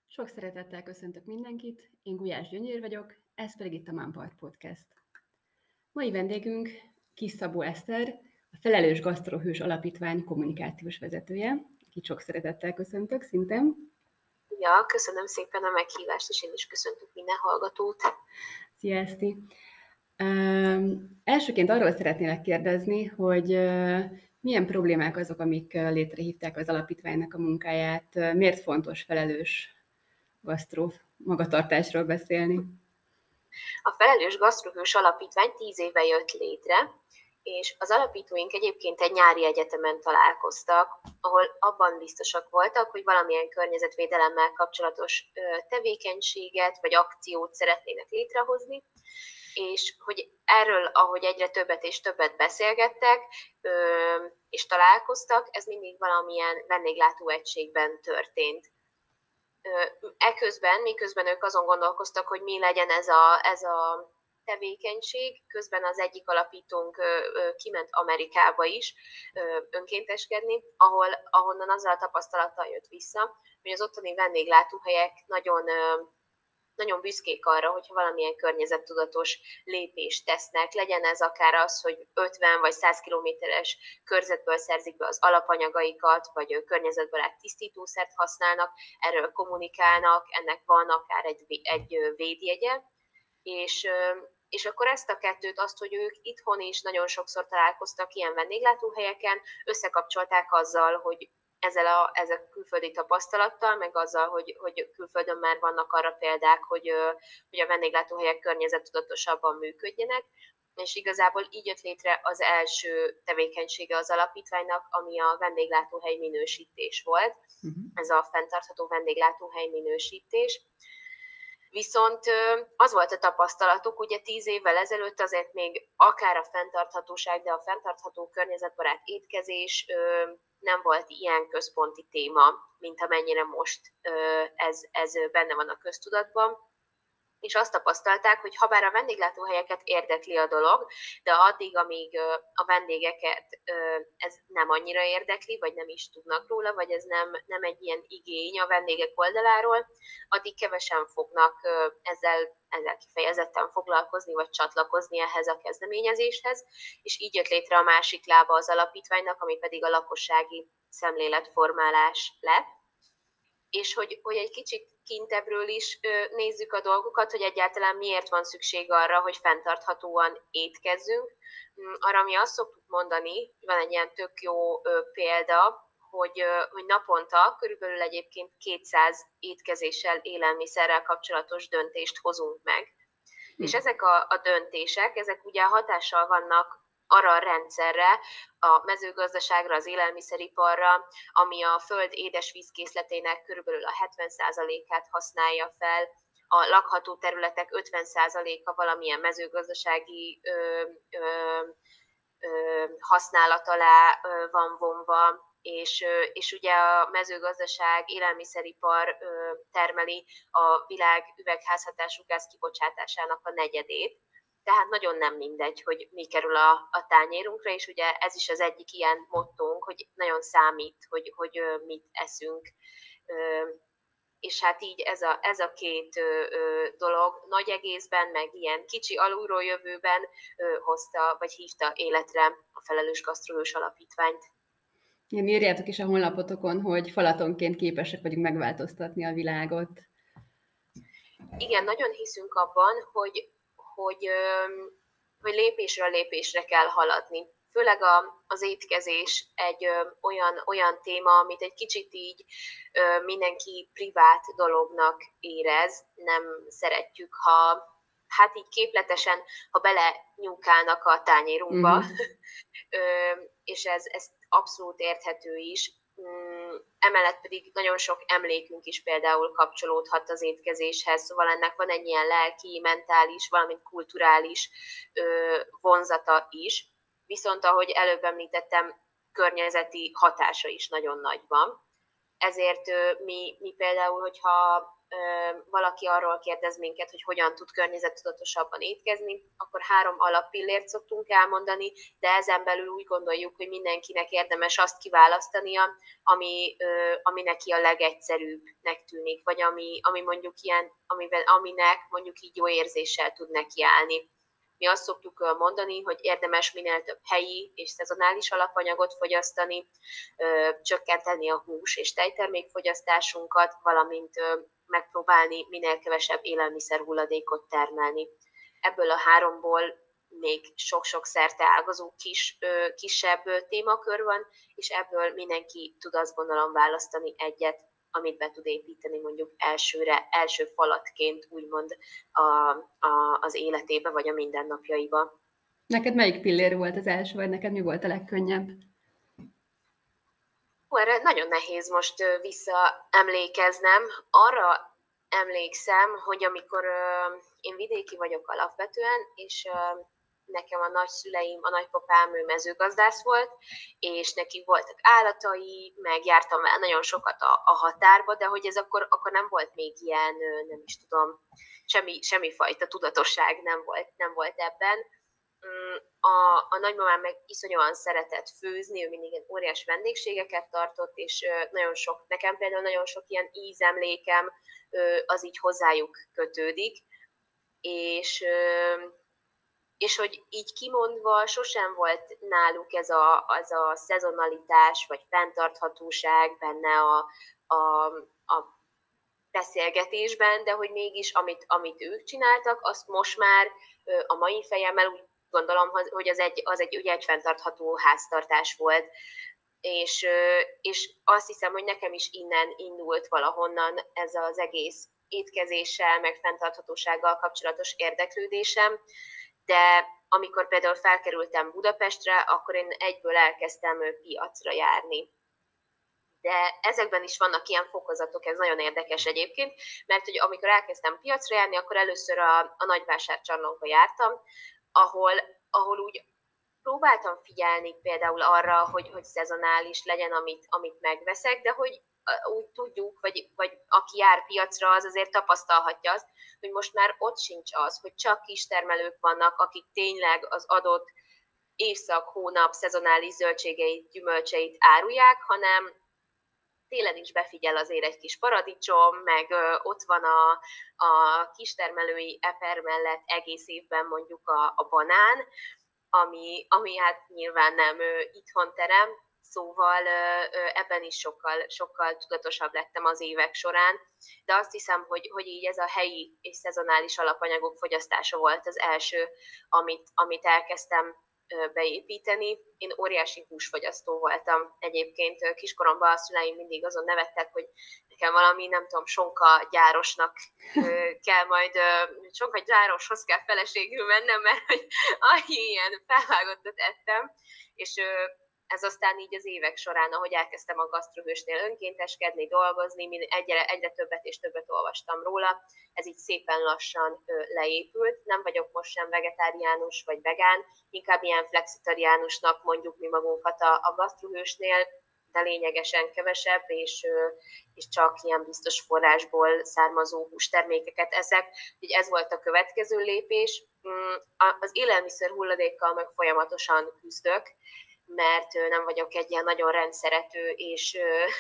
Sok szeretettel köszöntök mindenkit, én Gulyás Gyöngyvér vagyok, ez pedig itt a Mámpart Podcast. Mai vendégünk Kis Szabó Eszter, a Felelős Gasztrohős Alapítvány kommunikációs vezetője, akit sok szeretettel köszöntök szintén. Ja, köszönöm szépen a meghívást, és én is köszöntök minden hallgatót. Szia, Eszti! Elsőként arról szeretnélek kérdezni, hogy milyen problémák azok, amik létrehívták az alapítványnak a munkáját, miért fontos felelős gasztró magatartásról beszélni? A Felelős Gasztrohős Alapítvány 10 éve jött létre, és az alapítóink egyébként egy nyári egyetemen találkoztak, ahol abban biztosak voltak, hogy valamilyen környezetvédelemmel kapcsolatos tevékenységet vagy akciót szeretnének létrehozni, és hogy erről, ahogy egyre többet és többet beszélgettek, és találkoztak, ez mindig valamilyen vendéglátóegységben történt. Eközben, miközben ők azon gondolkoztak, hogy mi legyen ez a tevékenység, közben az egyik alapítónk kiment Amerikába is önkénteskedni, ahonnan azzal a tapasztalattal jött vissza, hogy az ottani vendéglátóhelyek nagyon büszkék arra, hogyha valamilyen környezettudatos lépést tesznek, legyen ez akár az, hogy 50 vagy 100 kilométeres körzetből szerzik be az alapanyagaikat, vagy környezetbarát tisztítószert használnak, erről kommunikálnak, ennek van akár egy védjegye, és akkor ezt a kettőt, azt, hogy ők itthon is nagyon sokszor találkoztak ilyen vendéglátóhelyeken, összekapcsolták azzal, hogy ezzel a külföldi tapasztalattal, meg azzal, hogy külföldön már vannak arra példák, hogy a vendéglátóhelyek környezettudatosabban működjenek, és igazából így jött létre az első tevékenysége az alapítványnak, ami a vendéglátóhely minősítés volt. Ez a fenntartható vendéglátóhely minősítés. Viszont az volt a tapasztalatuk, ugye 10 évvel ezelőtt azért még akár a fenntarthatóság, de a fenntartható környezetbarát étkezés nem volt ilyen központi téma, mint amennyire most ez benne van a köztudatban. És azt tapasztalták, hogy habár a vendéglátóhelyeket érdekli a dolog, de addig, amíg a vendégeket ez nem annyira érdekli, vagy nem is tudnak róla, vagy ez nem egy ilyen igény a vendégek oldaláról, addig kevesen fognak ezzel kifejezetten foglalkozni, vagy csatlakozni ehhez a kezdeményezéshez, és így jött létre a másik lába az alapítványnak, ami pedig a lakossági szemléletformálás lett. És hogy egy kicsit kintebbről is nézzük a dolgokat, hogy egyáltalán miért van szükség arra, hogy fenntarthatóan étkezzünk. Arra mi azt szoktuk mondani, van egy ilyen tök jó példa, hogy naponta körülbelül egyébként 200 étkezéssel, élelmiszerrel kapcsolatos döntést hozunk meg. És ezek a döntések, ezek ugye hatással vannak arra a rendszerre, a mezőgazdaságra, az élelmiszeriparra, ami a föld édesvízkészletének körülbelül a 70%-át használja fel, a lakható területek 50%-a valamilyen mezőgazdasági használat alá van vonva, és ugye a mezőgazdaság, élelmiszeripar termeli a világ üvegházhatású gáz kibocsátásának a negyedét. Tehát nagyon nem mindegy, hogy mi kerül a tányérunkra, és ugye ez is az egyik ilyen mottónk, hogy nagyon számít, hogy mit eszünk. És hát így ez a két dolog nagy egészben, meg ilyen kicsi alulról jövőben hozta, vagy hívta életre a Felelős Gasztrohős Alapítványt. Igen, írjátok is a honlapotokon, hogy falatonként képesek vagyunk megváltoztatni a világot. Igen, nagyon hiszünk abban, hogy lépésről lépésre kell haladni. Főleg az étkezés egy olyan téma, amit egy kicsit így mindenki privát dolognak érez. Nem szeretjük, hát így képletesen, ha belenyúkálnak a tányérunkba, és ez abszolút érthető is. Emellett pedig nagyon sok emlékünk is például kapcsolódhat az étkezéshez, szóval ennek van egy ilyen lelki, mentális, valamint kulturális vonzata is. Viszont ahogy előbb említettem, környezeti hatása is nagyon nagy van. Ezért mi például, hogyha valaki arról kérdez minket, hogy hogyan tud környezettudatosabban étkezni, akkor 3 alappillért szoktunk elmondani, de ezen belül úgy gondoljuk, hogy mindenkinek érdemes azt kiválasztania, ami neki a legegyszerűbbnek tűnik, vagy ami mondjuk ilyen, aminek mondjuk így jó érzéssel tud nekiállni. Mi azt szoktuk mondani, hogy érdemes minél több helyi és szezonális alapanyagot fogyasztani, csökkenteni a hús és tejtermékfogyasztásunkat, valamint megpróbálni minél kevesebb élelmiszerhulladékot termelni. Ebből a 3-ból még sok-sok szerteágazó kisebb témakör van, és ebből mindenki tud azt gondolom választani egyet, amit be tud építeni mondjuk első falatként úgymond az életébe, vagy a mindennapjaiba. Neked melyik pillér volt az első, vagy neked mi volt a legkönnyebb? Erre nagyon nehéz most visszaemlékeznem. Arra emlékszem, hogy amikor én vidéki vagyok alapvetően, és nekem a nagyszüleim, a nagypapám ő mezőgazdász volt, és neki voltak állatai, meg jártam vele nagyon sokat a határba, de hogy ez akkor nem volt még ilyen, nem is tudom, semmifajta tudatosság nem volt ebben. A nagymamám meg iszonyúan szeretett főzni, ő mindig óriás vendégségeket tartott, és nekem például nagyon sok ilyen ízemlékem az így hozzájuk kötődik, és hogy így kimondva sosem volt náluk ez a szezonalitás, vagy fenntarthatóság benne a beszélgetésben, de hogy mégis amit ők csináltak, azt most már a mai fejemmel úgy gondolom, hogy az egy fenntartható háztartás volt. És azt hiszem, hogy nekem is innen indult valahonnan ez az egész étkezéssel, meg fenntarthatósággal kapcsolatos érdeklődésem, de amikor például felkerültem Budapestre, akkor én egyből elkezdtem piacra járni. De ezekben is vannak ilyen fokozatok, ez nagyon érdekes egyébként, mert hogy amikor elkezdtem piacra járni, akkor először a nagyvásárcsarnokba jártam, ahol úgy próbáltam figyelni például arra, hogy szezonális legyen, amit megveszek, de hogy úgy tudjuk, vagy aki jár piacra, az azért tapasztalhatja azt, hogy most már ott sincs az, hogy csak kistermelők vannak, akik tényleg az adott évszak, hónap szezonális zöldségeit, gyümölcseit árulják, hanem télen is befigyel azért egy kis paradicsom, meg ott van a kistermelői eper mellett egész évben mondjuk a banán, ami hát nyilván nem itthon terem, szóval ebben is sokkal tudatosabb lettem az évek során, de azt hiszem, hogy így ez a helyi és szezonális alapanyagok fogyasztása volt az első, amit elkezdtem beépíteni. Én óriási húsfogyasztó voltam egyébként. Kiskoromban a szüleim mindig azon nevettek, hogy nekem valami, nem tudom, sonkagyárosnak kell majd, sonkagyároshoz kell feleségül mennem, mert hogy annyi ilyen felvágottat ettem, és ez aztán így az évek során, ahogy elkezdtem a gasztrohősnél önkénteskedni, dolgozni, egyre többet és többet olvastam róla, ez így szépen lassan leépült. Nem vagyok most sem vegetáriánus vagy vegán, inkább ilyen flexitariánusnak mondjuk mi magunkat a gasztrohősnél, de lényegesen kevesebb, és csak ilyen biztos forrásból származó hústermékeket eszek. Így ez volt a következő lépés. Az élelmiszer hulladékkal meg folyamatosan küzdök, mert nem vagyok egy ilyen nagyon rendszerető és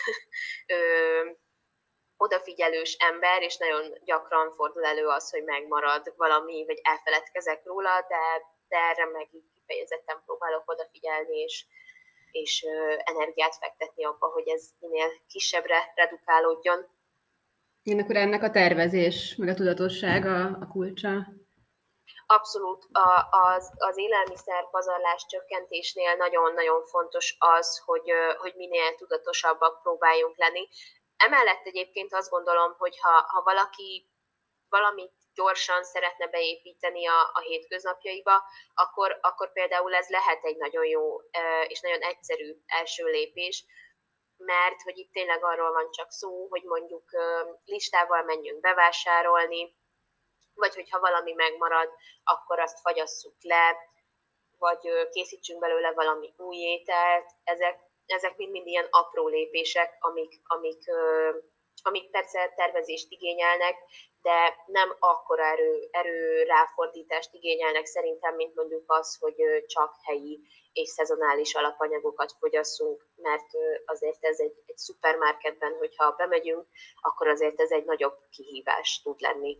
odafigyelős ember, és nagyon gyakran fordul elő az, hogy megmarad valami, vagy elfeledkezek róla, de erre meg így kifejezetten próbálok odafigyelni, és energiát fektetni abba, hogy ez minél kisebbre redukálódjon. Igen, akkor ennek a tervezés, meg a tudatosság a kulcsa. Abszolút az élelmiszer pazarlás csökkentésnél nagyon-nagyon fontos az, hogy minél tudatosabbak próbáljunk lenni. Emellett egyébként azt gondolom, hogy ha valaki valamit gyorsan szeretne beépíteni a hétköznapjaiba, akkor például ez lehet egy nagyon jó és nagyon egyszerű első lépés, mert hogy itt tényleg arról van csak szó, hogy mondjuk listával menjünk bevásárolni, vagy hogyha valami megmarad, akkor azt fagyasszuk le, vagy készítsünk belőle valami új ételt. Ezek mind ilyen apró lépések, amik amik persze tervezést igényelnek, de nem akkora erő ráfordítást igényelnek szerintem, mint mondjuk az, hogy csak helyi és szezonális alapanyagokat fogyasszunk, mert azért ez egy szupermarketben, hogyha bemegyünk, akkor azért ez egy nagyobb kihívás tud lenni.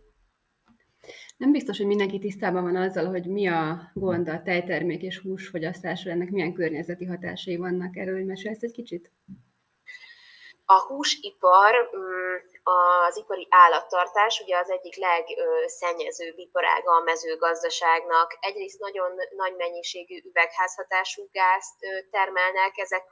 Nem biztos, hogy mindenki tisztában van azzal, hogy mi a gond a tejtermék és húsfogyasztásra, ennek milyen környezeti hatásai vannak. Erről hogy mesélsz egy kicsit? A húsipar, az ipari állattartás ugye az egyik legszennyezőbb iparága a mezőgazdaságnak. Egyrészt nagyon nagy mennyiségű üvegházhatású gázt termelnek ezek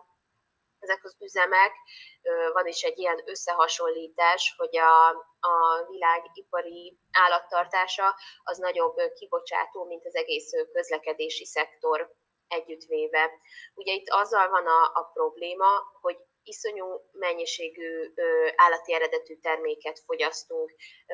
az üzemek. Van is egy ilyen összehasonlítás, hogy a világ ipari állattartása az nagyobb kibocsátó, mint az egész közlekedési szektor együttvéve. Ugye itt azzal van a probléma, hogy iszonyú mennyiségű állati eredetű terméket fogyasztunk.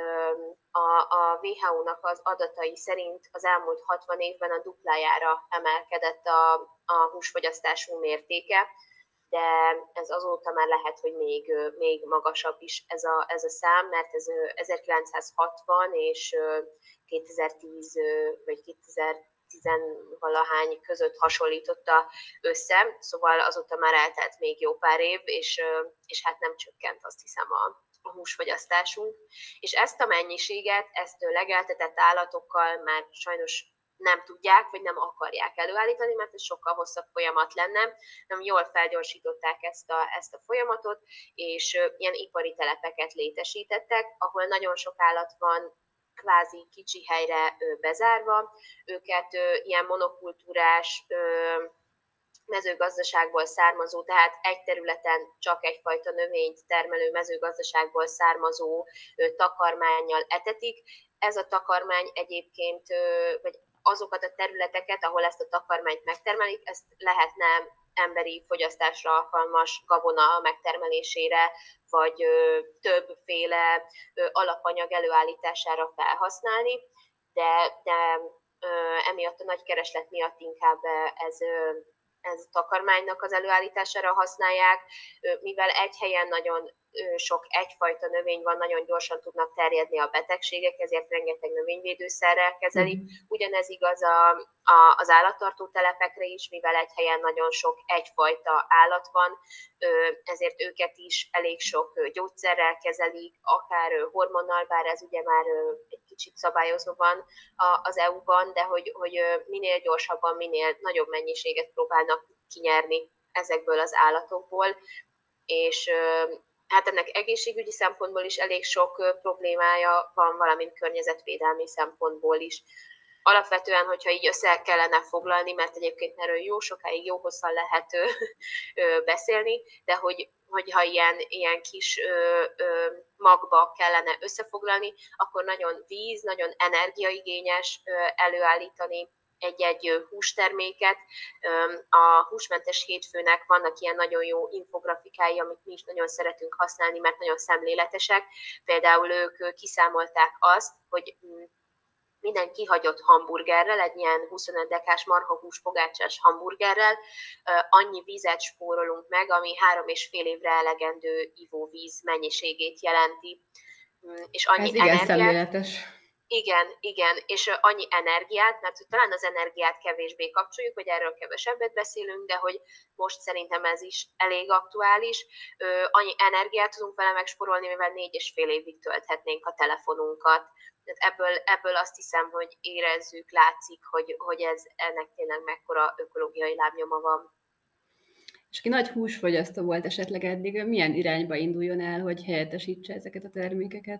A WHO-nak az adatai szerint az elmúlt 60 évben a duplájára emelkedett a húsfogyasztásunk mértéke, de ez azóta már lehet, hogy még magasabb is ez a szám, mert ez 1960 és 2010 vagy 2010-valahány között hasonlította össze, szóval azóta már eltelt még jó pár év, és hát nem csökkent, azt hiszem, a húsfogyasztásunk. És ezt a mennyiséget, ezt legeltetett állatokkal már sajnos nem tudják, vagy nem akarják előállítani, mert ez sokkal hosszabb folyamat lenne. Nem jól felgyorsították ezt a folyamatot, és ilyen ipari telepeket létesítettek, ahol nagyon sok állat van kvázi kicsi helyre bezárva. Őket ilyen monokultúrás mezőgazdaságból származó, tehát egy területen csak egyfajta növényt termelő mezőgazdaságból származó takarmánnyal etetik. Ez a takarmány egyébként, vagy azokat a területeket, ahol ezt a takarmányt megtermelik, ezt lehetne emberi fogyasztásra alkalmas gabona megtermelésére, vagy többféle alapanyag előállítására felhasználni, de emiatt a nagy kereslet miatt inkább ez takarmánynak az előállítására használják, mivel egy helyen nagyon sok egyfajta növény van, nagyon gyorsan tudnak terjedni a betegségek, ezért rengeteg növényvédőszerrel kezelik. Ugyanez igaz az állattartó telepekre is, mivel egy helyen nagyon sok egyfajta állat van, ezért őket is elég sok gyógyszerrel kezelik, akár hormonnal, bár ez ugye már egy kicsit szabályozva van az EU-ban, de hogy minél gyorsabban, minél nagyobb mennyiséget próbálnak kinyerni ezekből az állatokból, és hát ennek egészségügyi szempontból is elég sok problémája van, valamint környezetvédelmi szempontból is. Alapvetően, hogyha így össze kellene foglalni, mert egyébként erről jó sokáig, jó hosszan lehet beszélni, de hogyha ilyen kis magba kellene összefoglalni, akkor nagyon nagyon energiaigényes előállítani egy hústerméket. A húsmentes hétfőnek vannak ilyen nagyon jó infografikái, amit mi is nagyon szeretünk használni, mert nagyon szemléletesek. Például ők kiszámolták azt, hogy minden kihagyott hamburgerrel, egy ilyen 25 dekás marhahús pogácsás hamburgerrel annyi vizet spórolunk meg, ami 3,5 évre elegendő ivóvíz mennyiségét jelenti. És annyi igen szemléletes. Igen, és annyi energiát, mert talán az energiát kevésbé kapcsoljuk, hogy erről kevesebbet beszélünk, de hogy most szerintem ez is elég aktuális. Annyi energiát tudunk vele megspórolni, mivel 4,5 évig tölthetnénk a telefonunkat. Ebből azt hiszem, hogy érezzük, látszik, hogy ennek tényleg mekkora ökológiai lábnyoma van. És aki nagy húsfogyasztó volt esetleg eddig, milyen irányba induljon el, hogy helyettesítse ezeket a termékeket?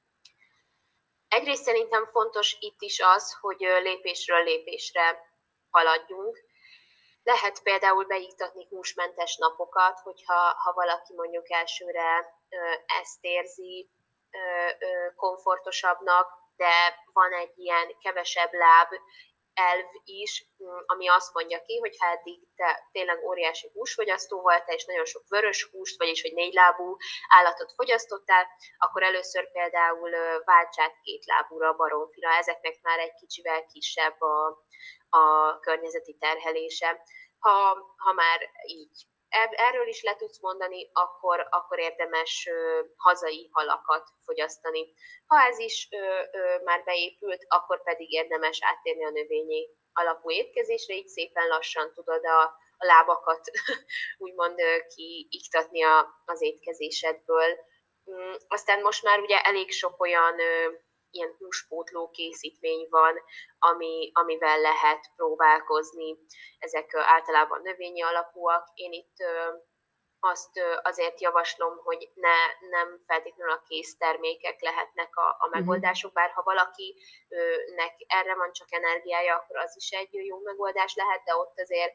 Egyrészt szerintem fontos itt is az, hogy lépésről lépésre haladjunk. Lehet például beiktatni húsmentes napokat, hogyha valaki mondjuk elsőre ezt érzi komfortosabbnak, de van egy ilyen kevesebb láb elv is, ami azt mondja ki, hogy ha eddig te tényleg óriási húsfogyasztó voltál, és nagyon sok vörös húst, vagyis hogy 4 lábú állatot fogyasztottál, akkor először például válts át 2 lábúra, baromfira, ezeknek már egy kicsivel kisebb a környezeti terhelése. Ha már így erről is le tudsz mondani, akkor érdemes hazai halakat fogyasztani. Ha ez is már beépült, akkor pedig érdemes áttérni a növényi alapú étkezésre, így szépen lassan tudod a lábakat úgymond kiiktatni az étkezésedből. Aztán most már ugye elég sok olyan ilyen húspótló készítmény van, amivel lehet próbálkozni. Ezek általában növényi alapúak. Én itt azt azért javaslom, hogy nem feltétlenül a késztermékek lehetnek a megoldások, bár ha valakinek erre van csak energiája, akkor az is egy jó megoldás lehet, de ott azért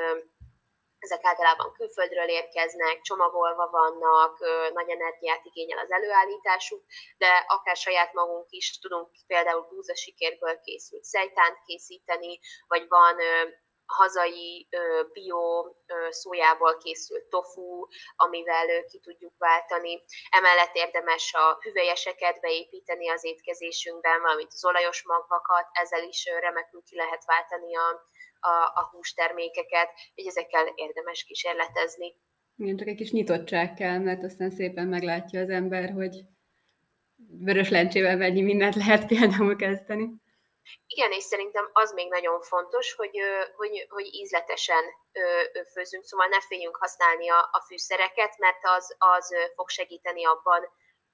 ezek általában külföldről érkeznek, csomagolva vannak, nagy energiát igényel az előállításuk, de akár saját magunk is tudunk például búzasikérből készült szejtánt készíteni, vagy van hazai bio szójából készült tofu, amivel ki tudjuk váltani. Emellett érdemes a hüvelyeseket beépíteni az étkezésünkben, valamint az olajos magvakat, ezzel is remekül ki lehet váltani a hústermékeket, hogy ezekkel érdemes kísérletezni. Igen, csak egy kis nyitottság kell, mert aztán szépen meglátja az ember, hogy vörös lencsével mennyi mindent lehet például kezdeni. Igen, és szerintem az még nagyon fontos, hogy ízletesen főzünk, szóval ne féljünk használni a fűszereket, mert az fog segíteni abban,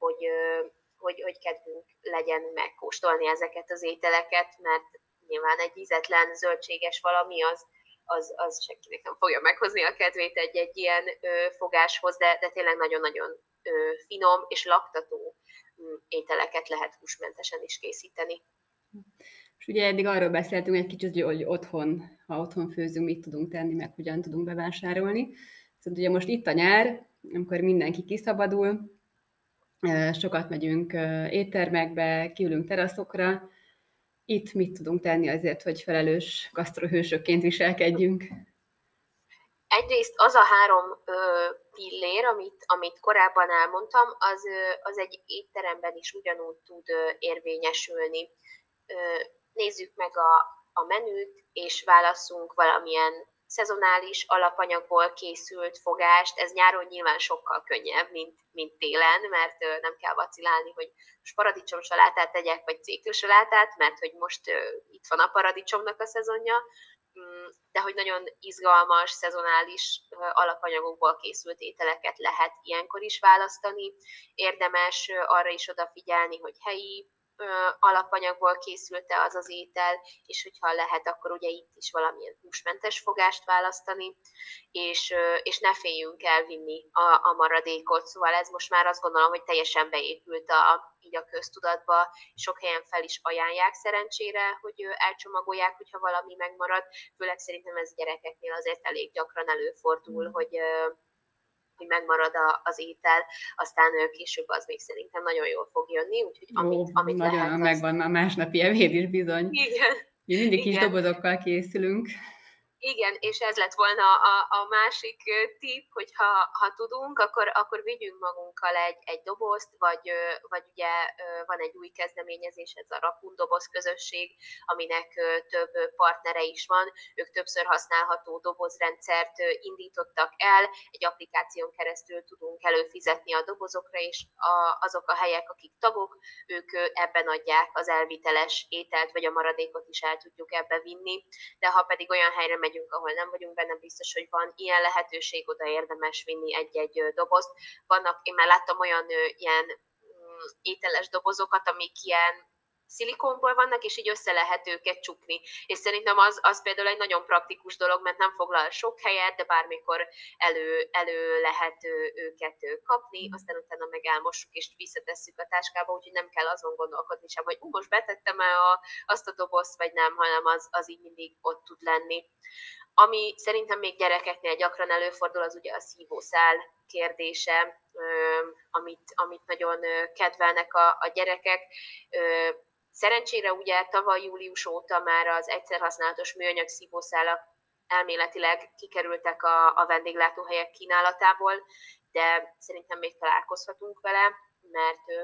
hogy kedvünk legyen megkóstolni ezeket az ételeket, mert nyilván egy ízetlen, zöldséges valami az senkinek nem fogja meghozni a kedvét egy ilyen fogáshoz, de tényleg nagyon-nagyon finom és laktató ételeket lehet húsmentesen is készíteni. És ugye eddig arról beszéltünk egy kicsit, hogy ha otthon főzünk, mit tudunk tenni, meg hogyan tudunk bevásárolni. Szóval ugye most itt a nyár, amikor mindenki kiszabadul, sokat megyünk éttermekbe, kiülünk teraszokra. Itt mit tudunk tenni azért, hogy felelős gasztrohősökként viselkedjünk? Egyrészt az a 3 pillér, amit korábban elmondtam, az egy étteremben is ugyanúgy tud érvényesülni. Nézzük meg a menüt, és válasszunk valamilyen szezonális alapanyagból készült fogást. Ez nyáron nyilván sokkal könnyebb, mint télen, mert nem kell vacilálni, hogy most paradicsomsalátát tegyek, vagy céklősalátát, mert hogy most itt van a paradicsomnak a szezonja, de hogy nagyon izgalmas, szezonális alapanyagokból készült ételeket lehet ilyenkor is választani. Érdemes arra is odafigyelni, hogy helyi alapanyagból készült-e az az étel, és hogyha lehet, akkor ugye itt is valamilyen húsmentes fogást választani, és ne féljünk elvinni a maradékot. Szóval ez most már azt gondolom, hogy teljesen beépült így a köztudatba, sok helyen fel is ajánlják szerencsére, hogy elcsomagolják, hogyha valami megmarad, főleg szerintem ez gyerekeknél azért elég gyakran előfordul, hogy megmarad az étel, aztán később az még szerintem nagyon jól fog jönni, úgyhogy amit nagyon lehet... megvan a másnapi ebéd is bizony. Igen. Mi mindig kis dobozokkal készülünk. Igen, és ez lett volna a másik tipp, hogy ha tudunk, akkor vigyünk magunkkal egy dobozt, vagy ugye van egy új kezdeményezés, ez a Rakun doboz közösség, aminek több partnere is van. Ők többször használható dobozrendszert indítottak el, egy applikáción keresztül tudunk előfizetni a dobozokra, és azok a helyek, akik tagok, ők ebben adják az elviteles ételt, vagy a maradékot is el tudjuk ebbe vinni, de ha pedig olyan helyre megyünk, ahol nem vagyunk benne biztos, hogy van ilyen lehetőség, oda érdemes vinni egy-egy dobozt. Én már láttam olyan ilyen ételes dobozokat, amik ilyen szilikonból vannak, és így össze lehet őket csukni. És szerintem az például egy nagyon praktikus dolog, mert nem foglal sok helyet, de bármikor elő lehet őket kapni, aztán utána meg elmossuk és visszatesszük a táskába, úgyhogy nem kell azon gondolkodni sem, hogy most betettem-e azt a dobozt, vagy nem, hanem az így mindig ott tud lenni. Ami szerintem még gyerekeknél gyakran előfordul, az ugye a szívószál kérdése, amit nagyon kedvelnek a gyerekek. Szerencsére ugye tavaly július óta már az egyszerhasználatos műanyag szívószálak elméletileg kikerültek a vendéglátóhelyek kínálatából, de szerintem még találkozhatunk vele, mert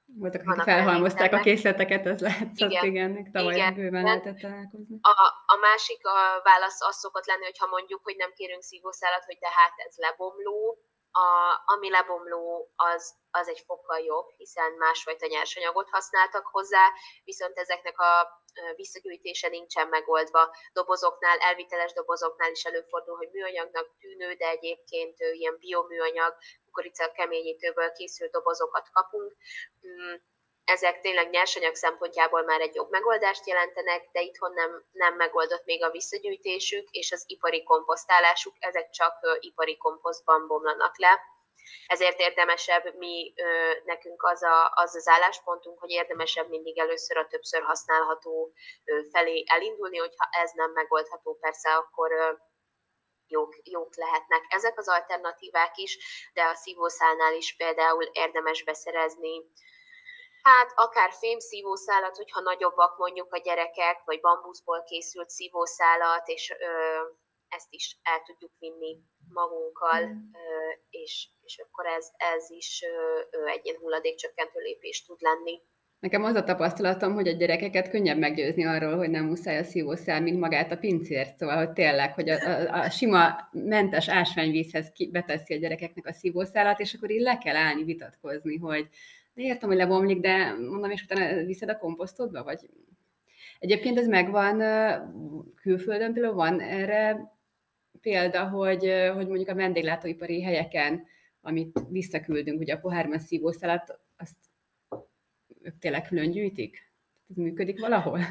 Voltak, akik vannak felhalmozták a melléktermek. készleteket, ez látszott, Igen, igen, tavaly igen. bőven lehetett találkozni. A másik a válasz az szokott lenni, hogyha mondjuk, hogy nem kérünk szívószálat, hogy de hát ez lebomló. Ami lebomló, az egy fokkal jobb, hiszen másfajta nyersanyagot használtak hozzá, viszont ezeknek a visszagyűjtése nincsen megoldva. Dobozoknál, elviteles dobozoknál is előfordul, hogy műanyagnak tűnő, de egyébként ilyen bioműanyag, kukorica keményítőből készült dobozokat kapunk. Ezek tényleg nyersanyag szempontjából már egy jobb megoldást jelentenek, de itthon nem megoldott még a visszagyűjtésük, és az ipari komposztálásuk, ezek csak ipari komposztban bomlanak le. Ezért érdemesebb nekünk az álláspontunk, hogy érdemesebb mindig először a többször használható felé elindulni, hogyha ez nem megoldható, persze akkor jók lehetnek ezek az alternatívák is, de a szívószálnál is például érdemes beszerezni hát akár fémszívószálat, hogyha nagyobbak mondjuk a gyerekek, vagy bambuszból készült szívószálat, és ezt is el tudjuk vinni magunkkal, és akkor ez is egy ilyen hulladékcsökkentő lépés tud lenni. Nekem az a tapasztalatom, hogy a gyerekeket könnyebb meggyőzni arról, hogy nem muszáj a szívószál, mint magát a pincért. Szóval, hogy tényleg, hogy a sima mentes ásványvízhez beteszi a gyerekeknek a szívószálat, és akkor így le kell állni, vitatkozni, hogy értem, hogy lebomlik, de mondom, és utána viszed a komposztodba, vagy... Egyébként ez megvan külföldön, például van erre példa, hogy mondjuk a vendéglátóipari helyeken, amit visszaküldünk, ugye a pohárban szívószálat, azt ők tényleg külön gyűjtik? Ez működik valahol?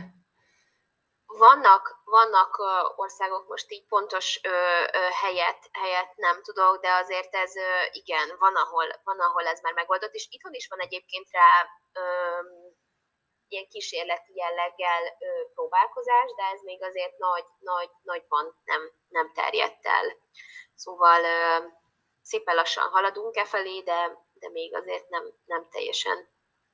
Vannak országok, most így pontos helyet nem tudok, de azért ez igen, van, ahol ez már megoldott, és itthon is van egyébként rá ilyen kísérleti jelleggel próbálkozás, de ez még azért nagyban nem terjedt el. Szóval szépen lassan haladunk e felé, de még azért nem teljesen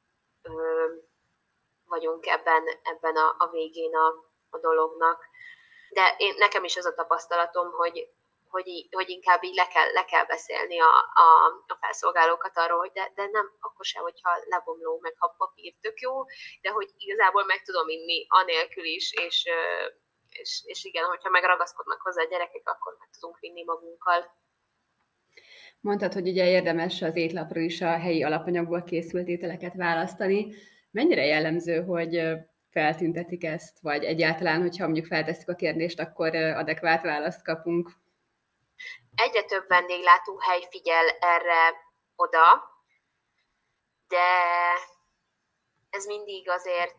vagyunk ebben a végén a dolognak. De nekem is az a tapasztalatom, hogy inkább így le kell beszélni a felszolgálókat arról, hogy de nem, akkor sem, hogyha lebomló, meg ha papír, tök jó, de hogy igazából meg tudom inni anélkül is, és igen, hogyha megragaszkodnak hozzá a gyerekek, akkor meg tudunk vinni magunkkal. Mondtad, hogy ugye érdemes az étlapról is a helyi alapanyagból készült ételeket választani. Mennyire jellemző, hogy feltüntetik ezt, vagy egyáltalán, hogyha mondjuk feltesszük a kérdést, akkor adekvát választ kapunk? Egyre több vendéglátóhely figyel erre oda, de ez mindig azért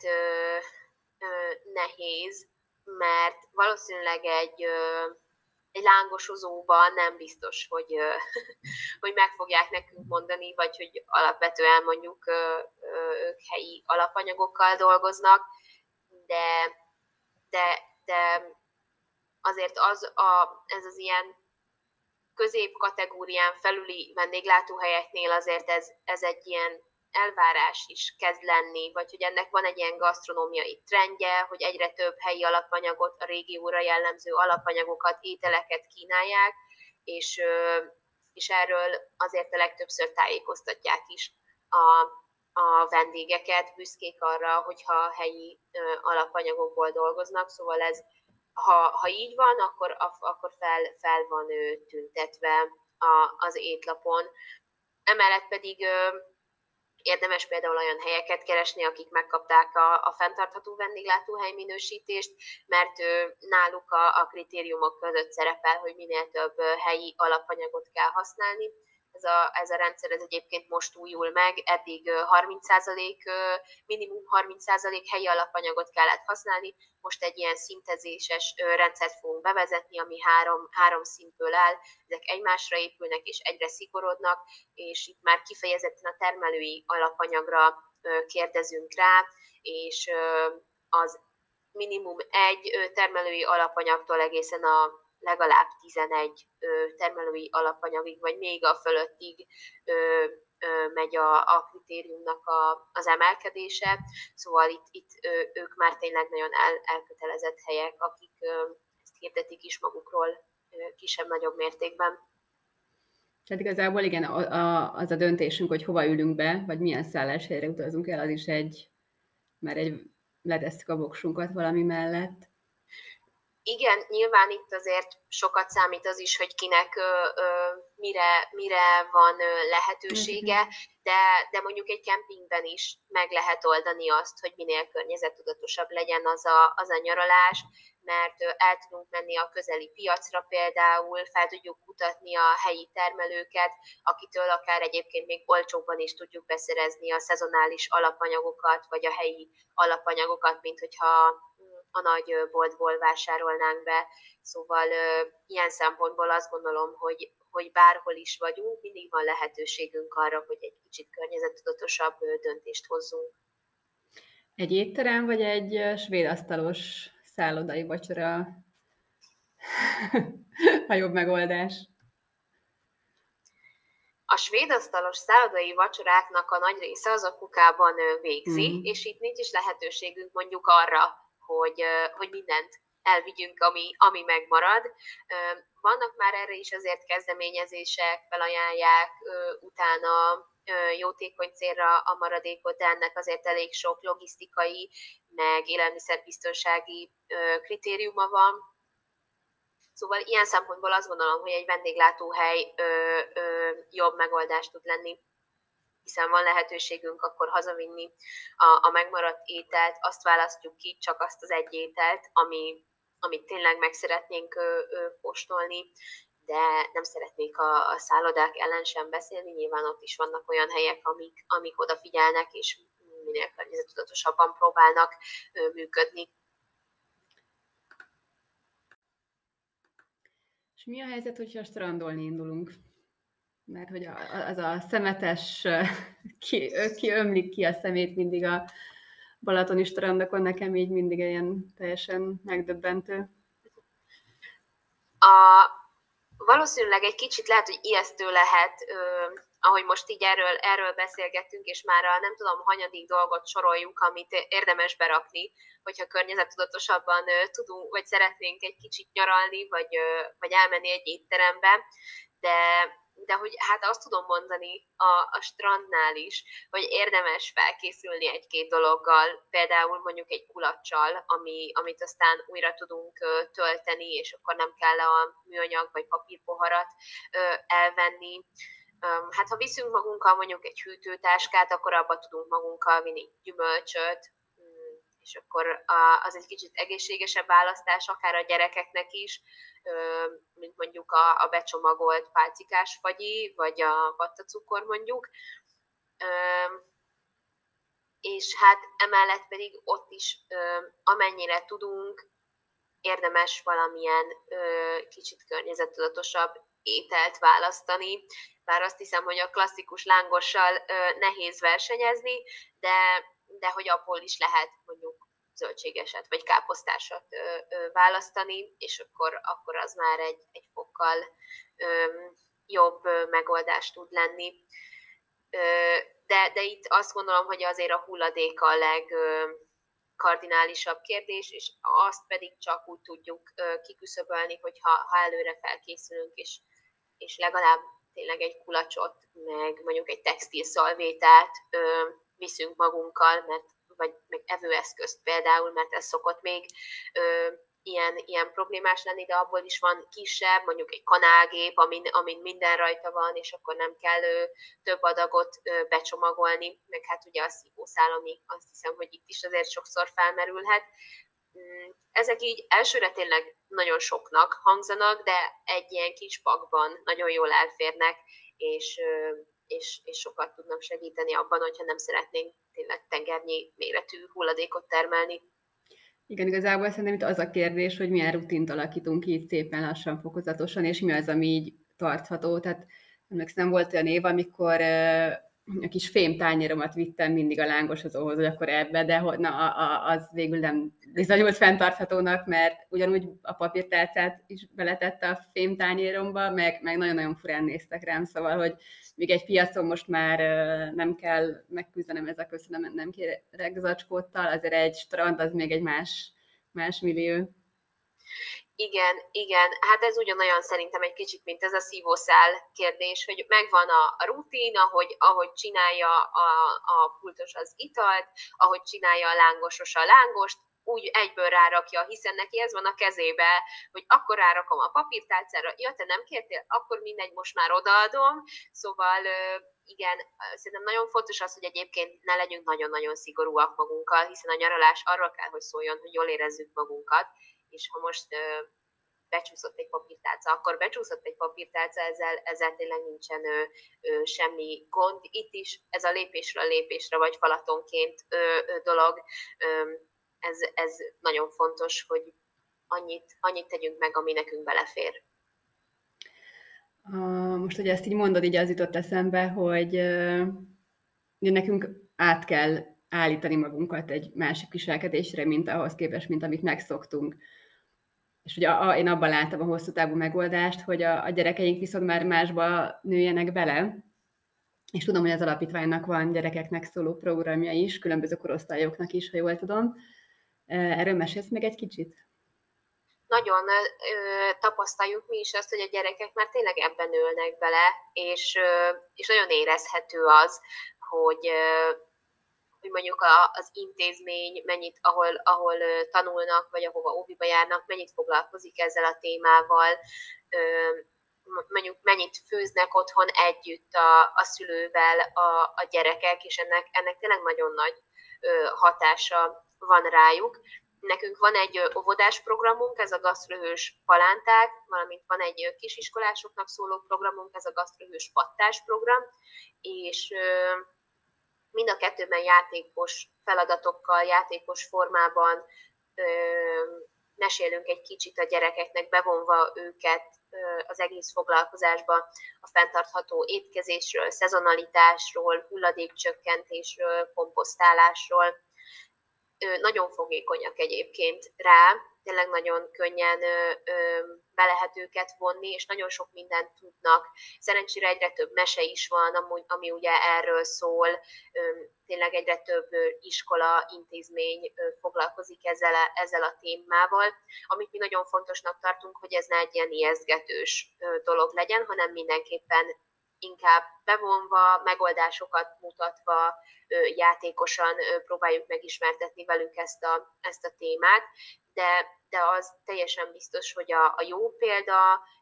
nehéz, mert valószínűleg egy lángosozóban nem biztos, hogy, hogy meg fogják nekünk mondani, vagy hogy alapvetően mondjuk ők helyi alapanyagokkal dolgoznak, de azért ez az ilyen középkategórián felüli vendéglátóhelyeknél azért ez egy ilyen elvárás is kezd lenni, vagy hogy ennek van egy ilyen gasztronómiai trendje, hogy egyre több helyi alapanyagot, a régióra jellemző alapanyagokat, ételeket kínálják, és erről azért a legtöbbször tájékoztatják is a vendégeket, büszkék arra, hogyha helyi alapanyagokból dolgoznak, szóval ez ha így van, akkor fel van tüntetve az étlapon. Emellett pedig érdemes például olyan helyeket keresni, akik megkapták a fenntartható vendéglátóhely minősítést, mert náluk a kritériumok között szerepel, hogy minél több helyi alapanyagot kell használni. Ez a rendszer ez egyébként most újul meg, eddig 30%, minimum 30% helyi alapanyagot kellett használni, most egy ilyen szintezéses rendszert fogunk bevezetni, ami három szintből áll, ezek egymásra épülnek és egyre szigorodnak, és itt már kifejezetten a termelői alapanyagra kérdezünk rá, és az minimum egy termelői alapanyagtól egészen a legalább 11 termelői alapanyagig, vagy még a fölöttig megy a kritériumnak az emelkedése. Szóval itt ők már tényleg nagyon elkötelezett helyek, akik ezt hirdetik is magukról kisebb-nagyobb mértékben. Tehát igazából igen, az a döntésünk, hogy hova ülünk be, vagy milyen szálláshelyre utazunk el, az is letesszük a voksunkat valami mellett. Igen, nyilván itt azért sokat számít az is, hogy kinek mire van lehetősége, de mondjuk egy kempingben is meg lehet oldani azt, hogy minél környezettudatosabb legyen az a nyaralás, mert el tudunk menni a közeli piacra például, fel tudjuk kutatni a helyi termelőket, akitől akár egyébként még olcsóbban is tudjuk beszerezni a szezonális alapanyagokat, vagy a helyi alapanyagokat, mint hogyha a nagy boltból vásárolnánk be. Szóval ilyen szempontból azt gondolom, hogy bárhol is vagyunk, mindig van lehetőségünk arra, hogy egy kicsit környezettudatosabb döntést hozzunk. Egy étterem, vagy egy svéd asztalos szállodai vacsora a jobb megoldás? A svéd asztalos szállodai vacsoráknak a nagy része az a kukában végzi, és itt nincs is lehetőségünk mondjuk arra, hogy mindent elvigyünk, ami megmarad. Vannak már erre is azért kezdeményezések, felajánlják utána jótékony célra a maradékot, de ennek azért elég sok logisztikai, meg élelmiszerbiztonsági kritériuma van. Szóval ilyen szempontból azt gondolom, hogy egy vendéglátóhely jobb megoldás tud lenni, hiszen van lehetőségünk akkor hazavinni a megmaradt ételt, azt választjuk ki, csak azt az egy ételt, amit tényleg meg szeretnénk kóstolni, de nem szeretnék a szállodák ellen sem beszélni, nyilván ott is vannak olyan helyek, amik odafigyelnek, és minél környezettudatosabban próbálnak működni. És mi a helyzet, hogyha strandolni indulunk? Mert hogy az a szemetes, ki ömlik ki a szemét mindig a balatoni strandokon, nekem így mindig ilyen teljesen megdöbbentő. Valószínűleg egy kicsit lehet, hogy ijesztő lehet, ahogy most így erről beszélgettünk, és már a nem tudom, hanyadik dolgot soroljuk, amit érdemes berakni, hogyha környezettudatosabban tudunk, vagy szeretnénk egy kicsit nyaralni, vagy elmenni egy étterembe, de hogy hát azt tudom mondani a strandnál is, hogy érdemes felkészülni egy-két dologgal, például mondjuk egy kulacsal, amit aztán újra tudunk tölteni, és akkor nem kell a műanyag vagy papírpoharat elvenni. Hát ha viszünk magunkkal mondjuk egy hűtőtáskát, akkor abba tudunk magunkkal vinni gyümölcsöt, és akkor az egy kicsit egészségesebb választás, akár a gyerekeknek is, mint mondjuk a becsomagolt pálcikás fagyi, vagy a vattacukor mondjuk. És hát emellett pedig ott is, amennyire tudunk, érdemes valamilyen kicsit környezettudatosabb ételt választani, bár azt hiszem, hogy a klasszikus lángossal nehéz versenyezni, de hogy abból is lehet mondjuk zöldségeset vagy káposztásat választani, és akkor az már egy fokkal jobb megoldás tud lenni. De itt azt gondolom, hogy azért a hulladék a legkardinálisabb kérdés, és azt pedig csak úgy tudjuk kiküszöbölni, hogyha előre felkészülünk, és legalább tényleg egy kulacsot, meg mondjuk egy textilszalvétát viszünk magunkkal, vagy meg evőeszközt például, mert ez szokott még ilyen problémás lenni, de abból is van kisebb, mondjuk egy kanálgép, amin minden rajta van, és akkor nem kell több adagot becsomagolni, meg hát ugye a szívószál, ami azt hiszem, hogy itt is azért sokszor felmerülhet. Ezek így elsőre tényleg nagyon soknak hangzanak, de egy ilyen kis pakban nagyon jól elférnek, és sokat tudnak segíteni abban, hogyha nem szeretnénk tényleg tengernyi méretű hulladékot termelni. Igen, igazából szerintem itt az a kérdés, hogy milyen rutint alakítunk ki így szépen lassan, fokozatosan, és mi az, ami így tartható. Tehát emlékszem, volt olyan év, amikor a kis fémtányéromat vittem mindig a lángosozóhoz, hogy akkor ebbe, de az végül nem bizonyult fenntarthatónak, mert ugyanúgy a papírtálcát is beletette a fémtányéromba, meg nagyon-nagyon furán néztek rám, szóval, hogy még egy piacon most már nem kell megküzdenem ezzel, köszönöm, nem kérek zacskóttal, azért egy strand az még egy más millió. Igen, hát ez ugyanolyan szerintem egy kicsit, mint ez a szívószál kérdés, hogy megvan a rutin, ahogy csinálja a pultos az italt, ahogy csinálja a lángosos a lángost, úgy egyből rárakja, hiszen neki ez van a kezébe, hogy akkor rárakom a papírtálcára, ja, te nem kértél, akkor mindegy, most már odaadom, szóval igen, szerintem nagyon fontos az, hogy egyébként ne legyünk nagyon-nagyon szigorúak magunkkal, hiszen a nyaralás arról kell, hogy szóljon, hogy jól érezzük magunkat, és ha most becsúszott egy papírtálca, akkor becsúszott egy papírtálca, ezzel tényleg nincsen semmi gond. Itt is ez a lépésről lépésre, vagy falatonként dolog, ez nagyon fontos, hogy annyit tegyünk meg, ami nekünk belefér. Most, hogy ezt így mondod, így az jutott eszembe, hogy nekünk át kell állítani magunkat egy másik viselkedésre, mint ahhoz képest, mint amit megszoktunk. És ugye én abban láttam a hosszú távú megoldást, hogy a gyerekeink viszont már másba nőjenek bele, és tudom, hogy az alapítványnak van gyerekeknek szóló programja is, különböző korosztályoknak is, ha jól tudom. Erről mesélsz meg egy kicsit? Nagyon tapasztaljuk mi is azt, hogy a gyerekek már tényleg ebben nőnek bele, és nagyon érezhető az, hogy mondjuk az intézmény mennyit, ahol tanulnak, vagy ahova óviba járnak, mennyit foglalkozik ezzel a témával, mondjuk mennyit főznek otthon együtt a szülővel a gyerekek, és ennek tényleg nagyon nagy hatása van rájuk. Nekünk van egy óvodás programunk, ez a gasztröhős palánták, valamint van egy kisiskolásoknak szóló programunk, ez a gasztröhős pattás program, és mind a kettőben játékos feladatokkal, játékos formában mesélünk egy kicsit a gyerekeknek, bevonva őket az egész foglalkozásba, a fenntartható étkezésről, szezonalitásról, hulladékcsökkentésről, komposztálásról. Nagyon fogékonyak egyébként rá, tényleg nagyon könnyen be lehet őket vonni, és nagyon sok mindent tudnak. Szerencsére egyre több mese is van, ami ugye erről szól, tényleg egyre több iskola, intézmény foglalkozik ezzel a témával, amit mi nagyon fontosnak tartunk, hogy ez ne egy ilyen ijesztgetős dolog legyen, hanem mindenképpen inkább bevonva, megoldásokat mutatva, játékosan próbáljuk megismertetni velük ezt a témát, de az teljesen biztos, hogy a jó példa,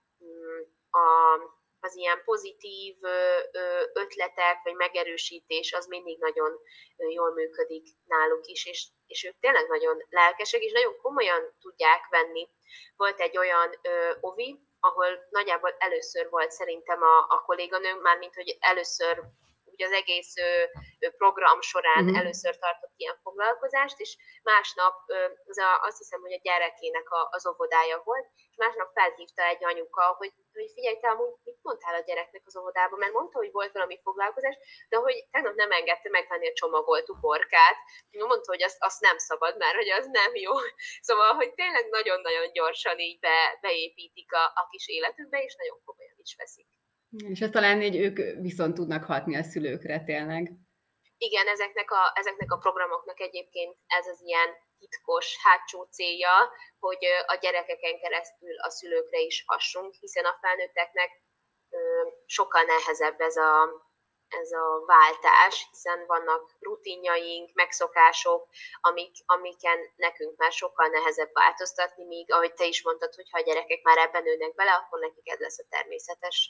az ilyen pozitív ötletek vagy megerősítés az mindig nagyon jól működik náluk is, és ők tényleg nagyon lelkesek, és nagyon komolyan tudják venni. Volt egy olyan ovi, ahol nagyjából először volt szerintem a kolléganőm, mármint hogy először ugye az egész program során először tartott ilyen foglalkozást, és másnap azt hiszem, hogy a gyerekének az óvodája volt, és másnap felhívta egy anyuka, hogy figyelj, te amúgy mit mondtál a gyereknek az óvodában, mert mondta, hogy volt valami foglalkozás, de hogy tegnap nem engedte megvenni a csomagolt uborkát. Mondta, hogy azt nem szabad már, hogy az nem jó. Szóval, hogy tényleg nagyon-nagyon gyorsan így beépítik a kis életükbe, és nagyon komolyan is veszik. És ezt talán így ők viszont tudnak hatni a szülőkre tényleg. Igen, ezeknek a programoknak egyébként ez az ilyen titkos hátsó célja, hogy a gyerekeken keresztül a szülőkre is hassunk, hiszen a felnőtteknek sokkal nehezebb ez a váltás, hiszen vannak rutinjaink, megszokások, amiken nekünk már sokkal nehezebb változtatni, míg ahogy te is mondtad, hogy ha a gyerekek már ebben nőnek bele, akkor nekik ez lesz a természetes.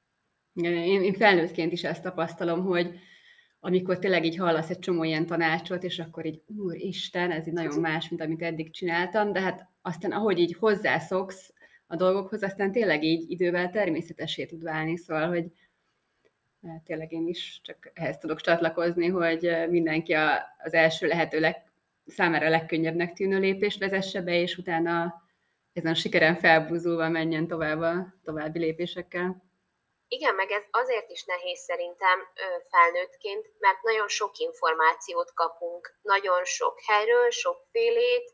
Én felnőttként is ezt tapasztalom, hogy amikor tényleg így hallasz egy csomó ilyen tanácsot, és akkor így, úristen, ez így nagyon más, mint amit eddig csináltam, de hát aztán ahogy így hozzászoksz a dolgokhoz, aztán tényleg így idővel természetessé tud válni, szóval, hogy tényleg én is csak ehhez tudok csatlakozni, hogy mindenki az első lehető számára legkönnyebbnek tűnő lépést vezesse be, és utána ezen a sikeren felbúzulva menjen tovább a további lépésekkel. Igen, meg ez azért is nehéz szerintem felnőttként, mert nagyon sok információt kapunk, nagyon sok helyről, sokfélét,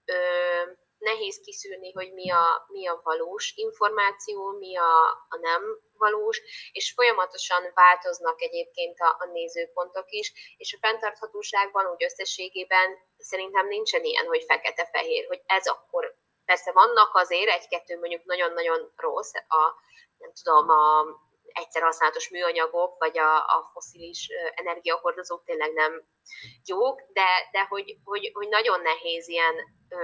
nehéz kiszűrni, hogy mi a valós információ, mi a nem valós, és folyamatosan változnak egyébként a nézőpontok is, és a fenntarthatóságban úgy összességében szerintem nincsen ilyen, hogy fekete-fehér, hogy ez akkor Persze vannak azért egy-kettő mondjuk nagyon-nagyon rossz, nem tudom, egyszer használatos műanyagok, vagy a fosszilis energiahordozók tényleg nem jók, de hogy nagyon nehéz ilyen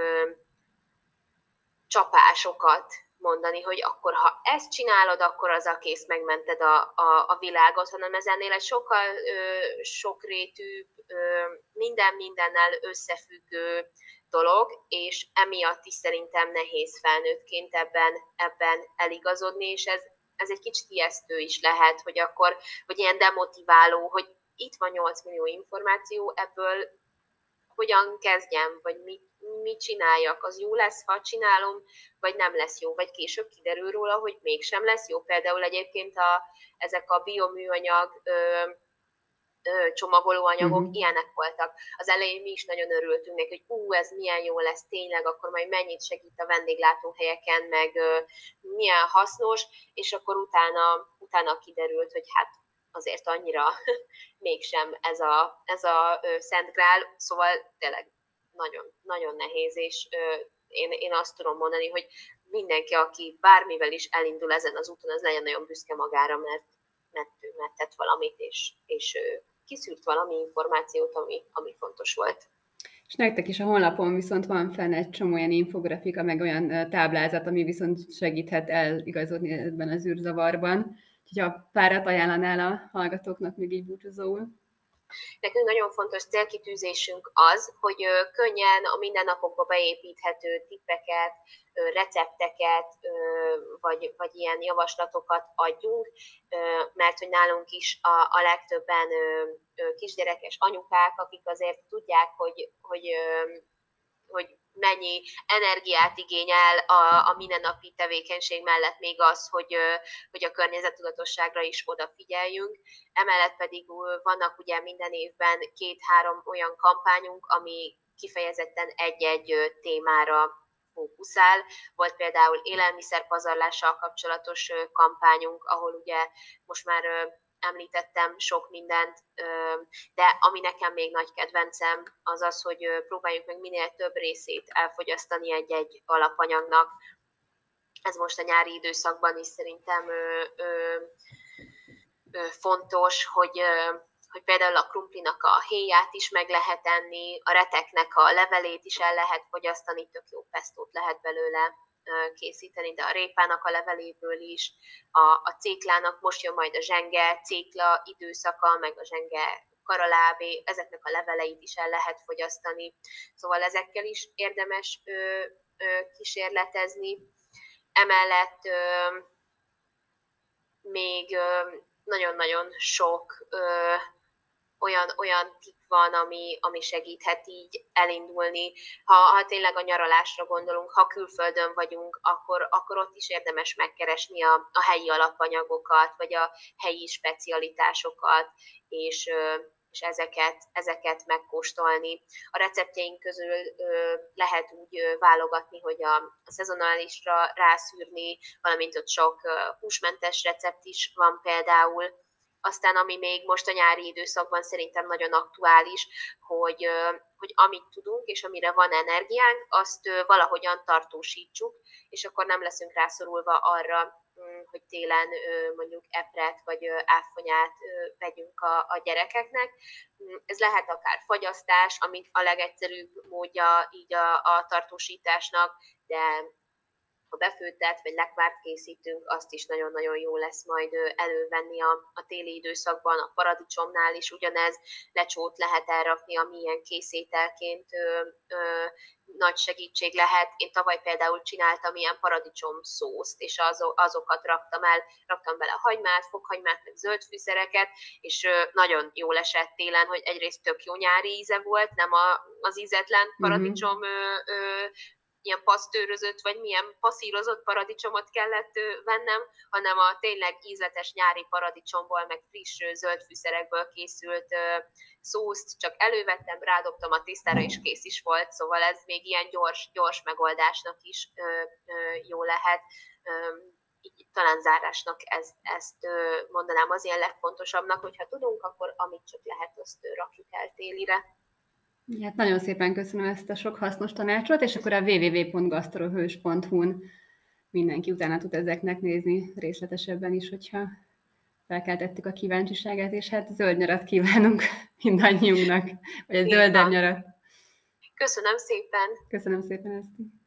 csapásokat mondani, hogy akkor ha ezt csinálod, akkor az a kész, megmented a világot, hanem ez ennél egy sokkal sokrétűbb, mindennel összefüggő dolog, és emiatt is szerintem nehéz felnőttként ebben eligazodni, és ez egy kicsit ijesztő is lehet, hogy akkor, hogy ilyen demotiváló, hogy itt van 8 millió információ, ebből hogyan kezdjem, vagy mit csináljak, az jó lesz, ha csinálom, vagy nem lesz jó, vagy később kiderül róla, hogy mégsem lesz jó. Például egyébként ezek a bioműanyag csomagolóanyagok ilyenek voltak. Az elején mi is nagyon örültünk neki, hogy ez milyen jó lesz tényleg, akkor majd mennyit segít a vendéglátóhelyeken, meg milyen hasznos, és akkor utána kiderült, hogy hát azért annyira mégsem ez a Szent Grál, szóval tényleg nagyon, nagyon nehéz, és én azt tudom mondani, hogy mindenki, aki bármivel is elindul ezen az úton, az legyen nagyon büszke magára, mert tett valamit, és kiszűrt valami információt, ami fontos volt. És nektek is a honlapon viszont van fenn egy csomó olyan infografika, meg olyan táblázat, ami viszont segíthet eligazodni ebben az űrzavarban. Úgyhogy a párat ajánlanál a hallgatóknak még így búcsúzóul. Nekünk nagyon fontos célkitűzésünk az, hogy könnyen a mindennapokba beépíthető tippeket, recepteket, vagy ilyen javaslatokat adjunk, mert hogy nálunk is a legtöbben kisgyerekes anyukák, akik azért tudják, hogy mennyi energiát igényel a mindennapi tevékenység mellett még az, hogy a környezettudatosságra is odafigyeljünk. Emellett pedig vannak ugye minden évben 2-3 olyan kampányunk, ami kifejezetten egy-egy témára fókuszál. Volt például élelmiszerpazarlással kapcsolatos kampányunk, ahol ugye most már említettem sok mindent, de ami nekem még nagy kedvencem, az az, hogy próbáljuk meg minél több részét elfogyasztani egy-egy alapanyagnak. Ez most a nyári időszakban is szerintem fontos, hogy például a krumplinak a héját is meg lehet enni, a reteknek a levelét is el lehet fogyasztani, tök jó pestót lehet belőle készíteni, de a répának a leveléből is, a céklának most jön majd a zsenge cékla időszaka, meg a zsenge karalábé, ezeknek a leveleit is el lehet fogyasztani. Szóval ezekkel is érdemes kísérletezni. Emellett még nagyon-nagyon sok olyan tipp van, ami segíthet így elindulni. Ha tényleg a nyaralásra gondolunk, ha külföldön vagyunk, akkor ott is érdemes megkeresni a helyi alapanyagokat, vagy a helyi specialitásokat, és ezeket megkóstolni. A receptjeink közül lehet úgy válogatni, hogy a szezonálisra rászűrni, valamint ott sok húsmentes recept is van például. Aztán ami még most a nyári időszakban szerintem nagyon aktuális, hogy amit tudunk és amire van energiánk, azt valahogyan tartósítsuk, és akkor nem leszünk rászorulva arra, hogy télen mondjuk epret vagy áffonyát vegyünk a gyerekeknek. Ez lehet akár fagyasztás, amit a legegyszerűbb módja így a tartósításnak, de ha befőttet vagy lekvárt készítünk, azt is nagyon-nagyon jó lesz majd elővenni a téli időszakban. A paradicsomnál is ugyanez, lecsót lehet elrakni, ami ilyen készételként nagy segítség lehet. Én tavaly például csináltam ilyen paradicsom szószt, és azokat raktam bele hagymát, fokhagymát, meg zöld fűszereket, és nagyon jól esett télen, hogy egyrészt tök jó nyári íze volt, nem az ízetlen paradicsom ilyen pasztőrözött, vagy milyen passzírozott paradicsomot kellett vennem, hanem a tényleg ízletes nyári paradicsomból, meg friss zöld fűszerekből készült szószt, csak elővettem, rádobtam a tésztára, és kész is volt, szóval ez még ilyen gyors megoldásnak is jó lehet. Így talán zárásnak ezt mondanám az ilyen legfontosabbnak, hogyha tudunk, akkor amit csak lehet, azt rakjuk el télire. Hát nagyon szépen köszönöm ezt a sok hasznos tanácsot, és akkor a www.gastrohős.hu-n mindenki utána tud ezeknek nézni részletesebben is, hogyha felkeltettük a kíváncsiságát, és hát zöld nyarat kívánunk mindannyiunknak, vagy egy zöldebb nyarat. Köszönöm szépen! Köszönöm szépen, Eszti!